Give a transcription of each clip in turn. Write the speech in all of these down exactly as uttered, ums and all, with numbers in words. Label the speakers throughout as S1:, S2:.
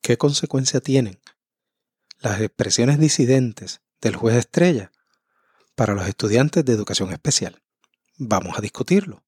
S1: ¿qué consecuencia tienen las expresiones disidentes del juez Estrella para los estudiantes de educación especial? Vamos a discutirlo.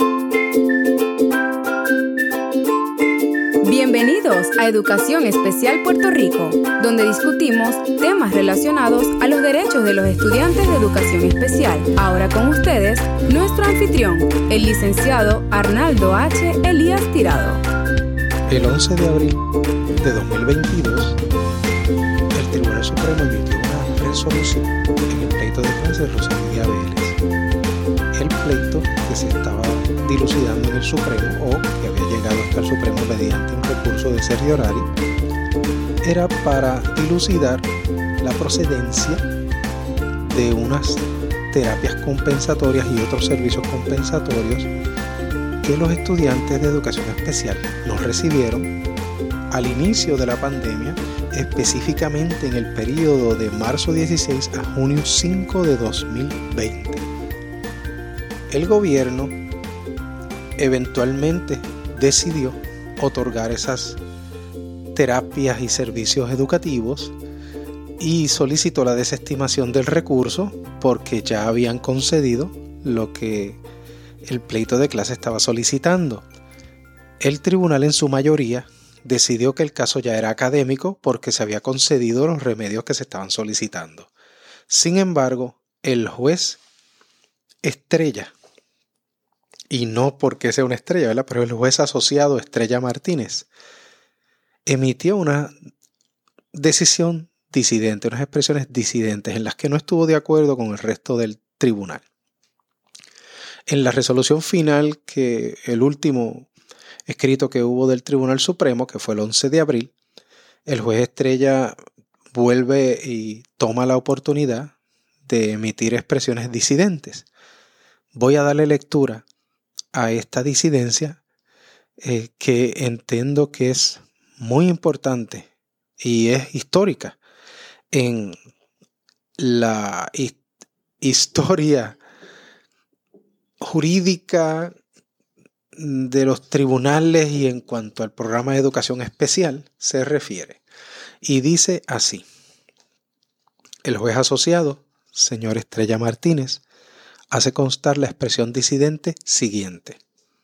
S2: Bienvenidos a Educación Especial Puerto Rico, donde discutimos temas relacionados a los derechos de los estudiantes de educación especial. Ahora con ustedes, nuestro anfitrión, el licenciado Arnaldo H. Elías Tirado.
S1: El once de abril de dos mil veintidós, el Tribunal Supremo emitió una resolución en el pleito de clase de Rosalía Vélez. El pleito que se estaba dilucidando en el Supremo, o que había llegado hasta el Supremo mediante un recurso de certiorari, era para dilucidar la procedencia de unas terapias compensatorias y otros servicios compensatorios que los estudiantes de educación especial nos recibieron al inicio de la pandemia, específicamente en el periodo de marzo dieciséis a junio cinco de dos mil veinte. El gobierno eventualmente decidió otorgar esas terapias y servicios educativos y solicitó la desestimación del recurso porque ya habían concedido lo que el pleito de clase estaba solicitando. El tribunal en su mayoría decidió que el caso ya era académico porque se había concedido los remedios que se estaban solicitando. Sin embargo, el juez Estrella, y no porque sea una estrella, ¿verdad?, pero el juez asociado Estrella Martínez, emitió una decisión disidente, unas expresiones disidentes en las que no estuvo de acuerdo con el resto del tribunal. En la resolución final, que el último escrito que hubo del Tribunal Supremo, que fue el once de abril, el juez Estrella vuelve y toma la oportunidad de emitir expresiones disidentes. Voy a darle lectura a esta disidencia eh, que entiendo que es muy importante y es histórica en la hi- historia jurídica de los tribunales y en cuanto al programa de educación especial se refiere. Y dice así: el juez asociado, señor Estrella Martínez, hace constar la expresión disidente siguiente.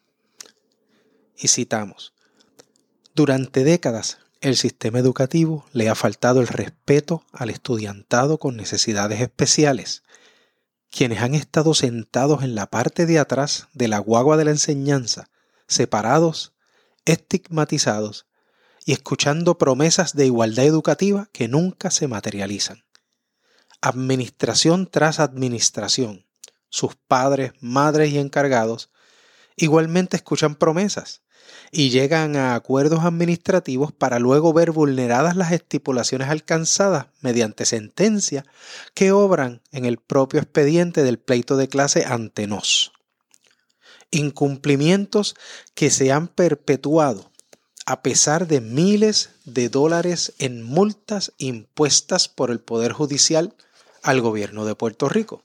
S1: Y citamos: durante décadas el sistema educativo le ha faltado el respeto al estudiantado con necesidades especiales, quienes han estado sentados en la parte de atrás de la guagua de la enseñanza, separados, estigmatizados y escuchando promesas de igualdad educativa que nunca se materializan. Administración tras administración, sus padres, madres y encargados igualmente escuchan promesas y llegan a acuerdos administrativos para luego ver vulneradas las estipulaciones alcanzadas mediante sentencia que obran en el propio expediente del pleito de clase ante nos. Incumplimientos que se han perpetuado a pesar de miles de dólares en multas impuestas por el Poder Judicial al gobierno de Puerto Rico.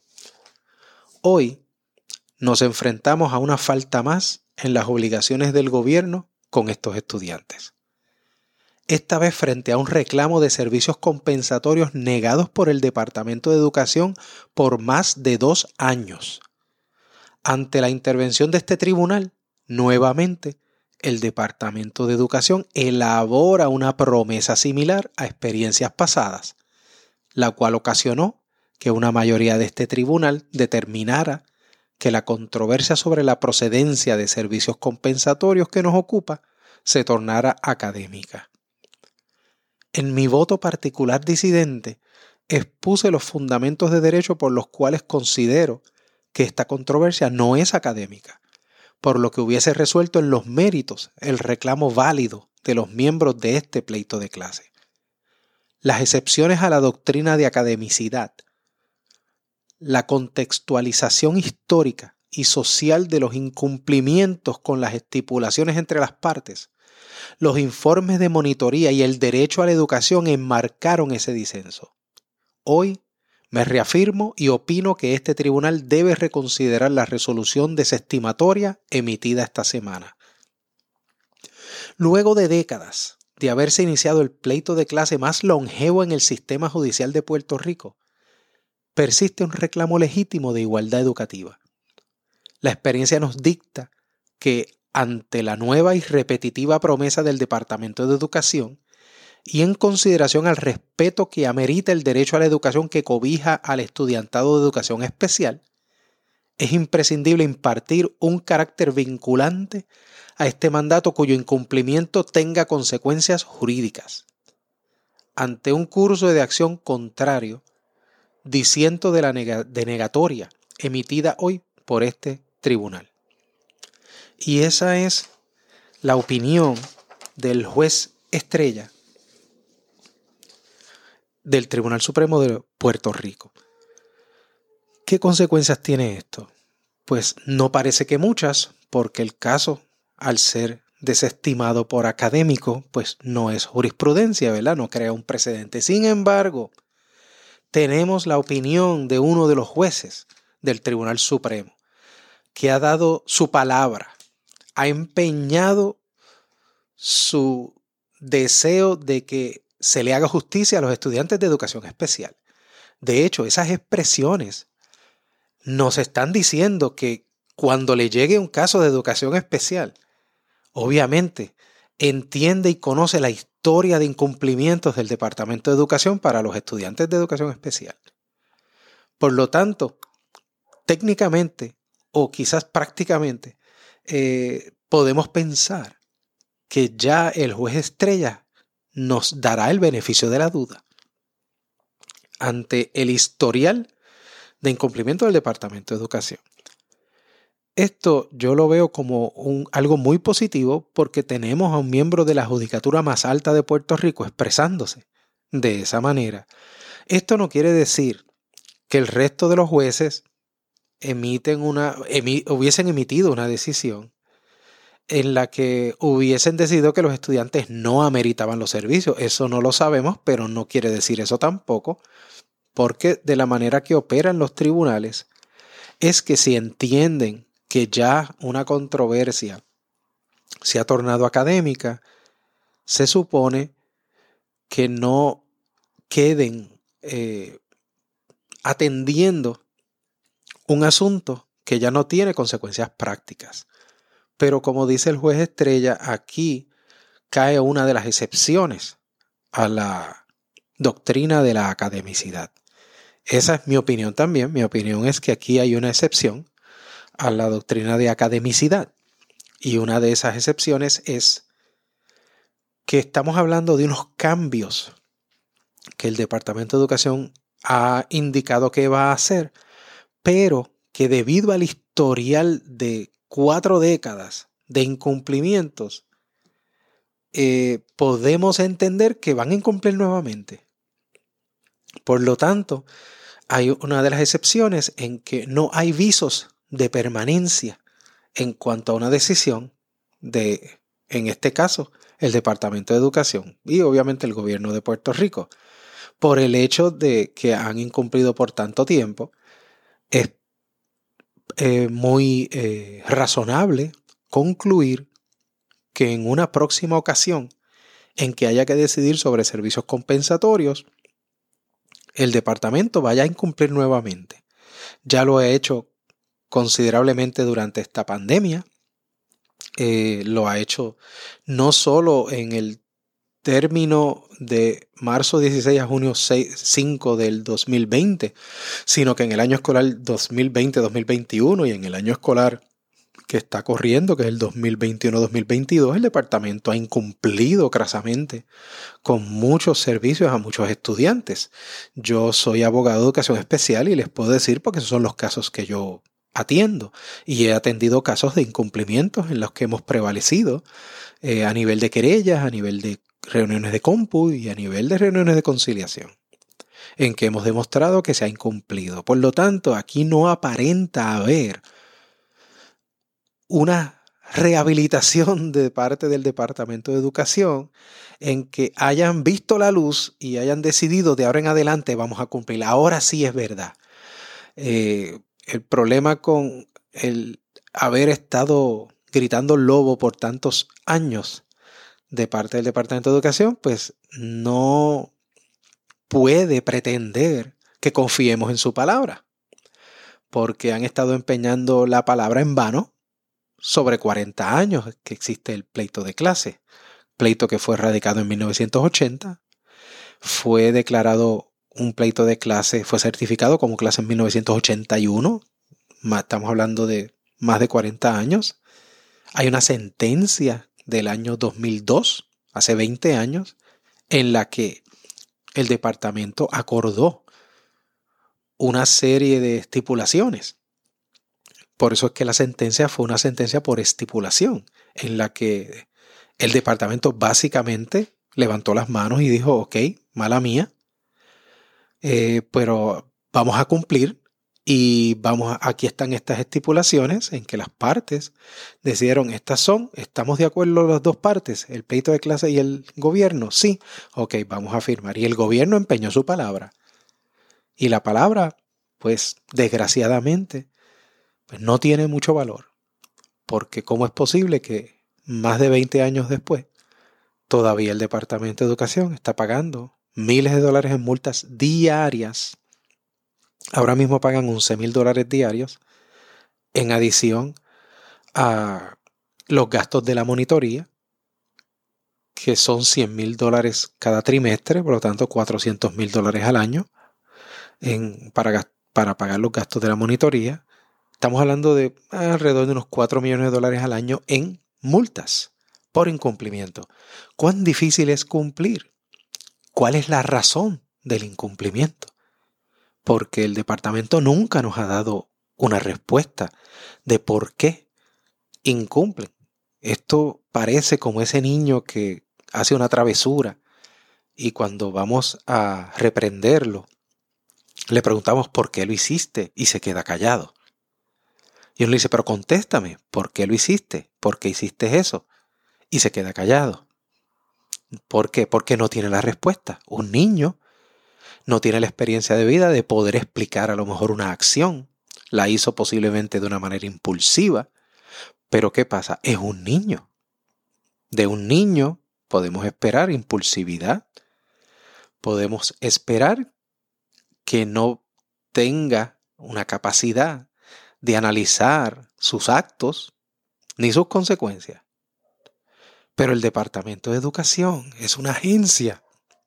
S1: Hoy nos enfrentamos a una falta más en las obligaciones del gobierno con estos estudiantes. Esta vez frente a un reclamo de servicios compensatorios negados por el Departamento de Educación por más de dos años. Ante la intervención de este tribunal, nuevamente, el Departamento de Educación elabora una promesa similar a experiencias pasadas, la cual ocasionó que una mayoría de este tribunal determinara que la controversia sobre la procedencia de servicios compensatorios que nos ocupa se tornara académica. En mi voto particular disidente, expuse los fundamentos de derecho por los cuales considero que esta controversia no es académica, por lo que hubiese resuelto en los méritos el reclamo válido de los miembros de este pleito de clase. Las excepciones a la doctrina de academicidad, la contextualización histórica y social de los incumplimientos con las estipulaciones entre las partes, los informes de monitoría y el derecho a la educación enmarcaron ese disenso. Hoy me reafirmo y opino que este tribunal debe reconsiderar la resolución desestimatoria emitida esta semana. Luego de décadas de haberse iniciado el pleito de clase más longevo en el sistema judicial de Puerto Rico, persiste un reclamo legítimo de igualdad educativa. La experiencia nos dicta que ante la nueva y repetitiva promesa del Departamento de Educación y en consideración al respeto que amerita el derecho a la educación que cobija al estudiantado de educación especial, es imprescindible impartir un carácter vinculante a este mandato cuyo incumplimiento tenga consecuencias jurídicas. Ante un curso de acción contrario, disiento de la neg- denegatoria emitida hoy por este tribunal. Y esa es la opinión del juez Estrella del Tribunal Supremo de Puerto Rico. ¿Qué consecuencias tiene esto? Pues no parece que muchas, porque el caso, al ser desestimado por académico, pues no es jurisprudencia, ¿verdad? No crea un precedente. Sin embargo, tenemos la opinión de uno de los jueces del Tribunal Supremo, que ha dado su palabra, ha empeñado su deseo de que se le haga justicia a los estudiantes de educación especial. De hecho, esas expresiones nos están diciendo que cuando le llegue un caso de educación especial, obviamente entiende y conoce la historia de incumplimientos del Departamento de Educación para los estudiantes de educación especial. Por lo tanto, técnicamente o quizás prácticamente, eh, podemos pensar que ya el juez Estrella nos dará el beneficio de la duda ante el historial de incumplimiento del Departamento de Educación. Esto yo lo veo como un, algo muy positivo porque tenemos a un miembro de la judicatura más alta de Puerto Rico expresándose de esa manera. Esto no quiere decir que el resto de los jueces emiten una, emi, hubiesen emitido una decisión en la que hubiesen decidido que los estudiantes no ameritaban los servicios. Eso no lo sabemos, pero no quiere decir eso tampoco, porque de la manera que operan los tribunales es que si entienden que ya una controversia se ha tornado académica, se supone que no queden eh, atendiendo un asunto que ya no tiene consecuencias prácticas. Pero como dice el juez Estrella, aquí cae una de las excepciones a la doctrina de la academicidad. Esa es mi opinión también. Mi opinión es que aquí hay una excepción a la doctrina de academicidad. Y una de esas excepciones es que estamos hablando de unos cambios que el Departamento de Educación ha indicado que va a hacer, pero que debido al historial de cuatro décadas de incumplimientos, eh, podemos entender que van a incumplir nuevamente. Por lo tanto, hay una de las excepciones en que no hay visos de permanencia en cuanto a una decisión de, en este caso, el Departamento de Educación y obviamente el gobierno de Puerto Rico. Por el hecho de que han incumplido por tanto tiempo, es eh, muy eh, razonable concluir que en una próxima ocasión en que haya que decidir sobre servicios compensatorios, el departamento vaya a incumplir nuevamente. Ya lo ha hecho considerablemente durante esta pandemia. Eh, lo ha hecho no solo en el término de marzo dieciséis a junio cinco del dos mil veinte, sino que en el año escolar dos mil veinte dos mil veintiuno y en el año escolar que está corriendo, que es el dos mil veintiuno dos mil veintidós, el departamento ha incumplido crasamente con muchos servicios a muchos estudiantes. Yo soy abogado de educación especial y les puedo decir porque esos son los casos que yo atiendo y he atendido casos de incumplimientos en los que hemos prevalecido eh, a nivel de querellas, a nivel de reuniones de compu y a nivel de reuniones de conciliación, en que hemos demostrado que se ha incumplido. Por lo tanto, aquí no aparenta haber una rehabilitación de parte del Departamento de Educación en que hayan visto la luz y hayan decidido de ahora en adelante vamos a cumplir. Ahora sí es verdad. Eh, el problema con el haber estado gritando lobo por tantos años de parte del Departamento de Educación, pues no puede pretender que confiemos en su palabra, porque han estado empeñando la palabra en vano sobre cuarenta años que existe el pleito de clase, pleito que fue radicado en mil novecientos ochenta, fue declarado un pleito de clase, fue certificado como clase en mil novecientos ochenta y uno, estamos hablando de más de cuarenta años. Hay una sentencia del año dos mil dos, hace veinte años, en la que el departamento acordó una serie de estipulaciones. Por eso es que la sentencia fue una sentencia por estipulación, en la que el departamento básicamente levantó las manos y dijo, ok, mala mía, eh, pero vamos a cumplir y vamos a, aquí están estas estipulaciones en que las partes decidieron, estas son, estamos de acuerdo las dos partes, el pleito de clase y el gobierno, sí, ok, vamos a firmar. Y el gobierno empeñó su palabra. Y la palabra, pues desgraciadamente, pues no tiene mucho valor, porque ¿cómo es posible que más de veinte años después todavía el Departamento de Educación está pagando miles de dólares en multas diarias? Ahora mismo pagan once mil dólares diarios en adición a los gastos de la monitoría, que son cien mil dólares cada trimestre, por lo tanto cuatrocientos mil dólares al año en, para, para pagar los gastos de la monitoría. Estamos hablando de alrededor de unos cuatro millones de dólares al año en multas por incumplimiento. ¿Cuán difícil es cumplir? ¿Cuál es la razón del incumplimiento? Porque el departamento nunca nos ha dado una respuesta de por qué incumplen. Esto parece como ese niño que hace una travesura y cuando vamos a reprenderlo, le preguntamos por qué lo hiciste y se queda callado. Y uno le dice, pero contéstame, ¿por qué lo hiciste? ¿Por qué hiciste eso? Y se queda callado. ¿Por qué? Porque no tiene la respuesta. Un niño no tiene la experiencia de vida de poder explicar a lo mejor una acción. La hizo posiblemente de una manera impulsiva. Pero ¿qué pasa? Es un niño. De un niño podemos esperar impulsividad. Podemos esperar que no tenga una capacidad de analizar sus actos ni sus consecuencias. Pero el Departamento de Educación es una agencia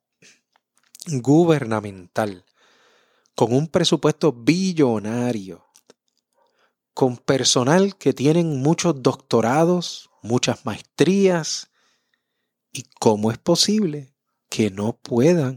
S1: gubernamental con un presupuesto billonario, con personal que tienen muchos doctorados, muchas maestrías. ¿Y cómo es posible que no puedan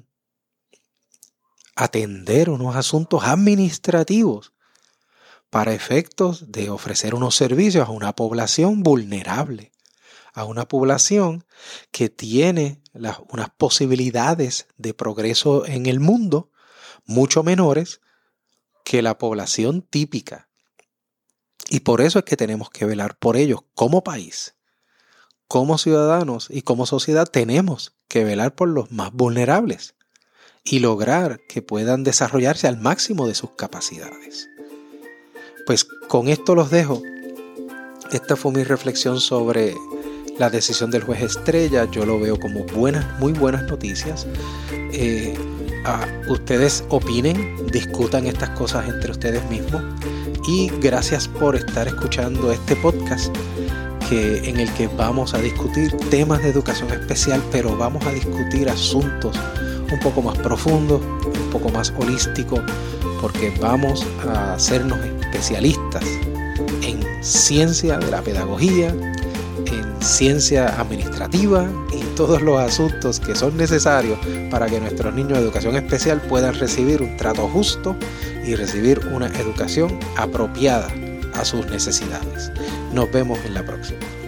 S1: atender unos asuntos administrativos para efectos de ofrecer unos servicios a una población vulnerable, a una población que tiene las, unas posibilidades de progreso en el mundo mucho menores que la población típica? Y por eso es que tenemos que velar por ellos como país, como ciudadanos y como sociedad. Tenemos que velar por los más vulnerables y lograr que puedan desarrollarse al máximo de sus capacidades. Pues con esto los dejo. Esta fue mi reflexión sobre la decisión del juez Estrella. Yo lo veo como buenas, muy buenas noticias. Eh, a ustedes opinen, discutan estas cosas entre ustedes mismos. Y gracias por estar escuchando este podcast que, en el que vamos a discutir temas de educación especial, pero vamos a discutir asuntos un poco más profundos, un poco más holísticos, porque vamos a hacernos especialistas en ciencia de la pedagogía, en ciencia administrativa y todos los asuntos que son necesarios para que nuestros niños de educación especial puedan recibir un trato justo y recibir una educación apropiada a sus necesidades. Nos vemos en la próxima.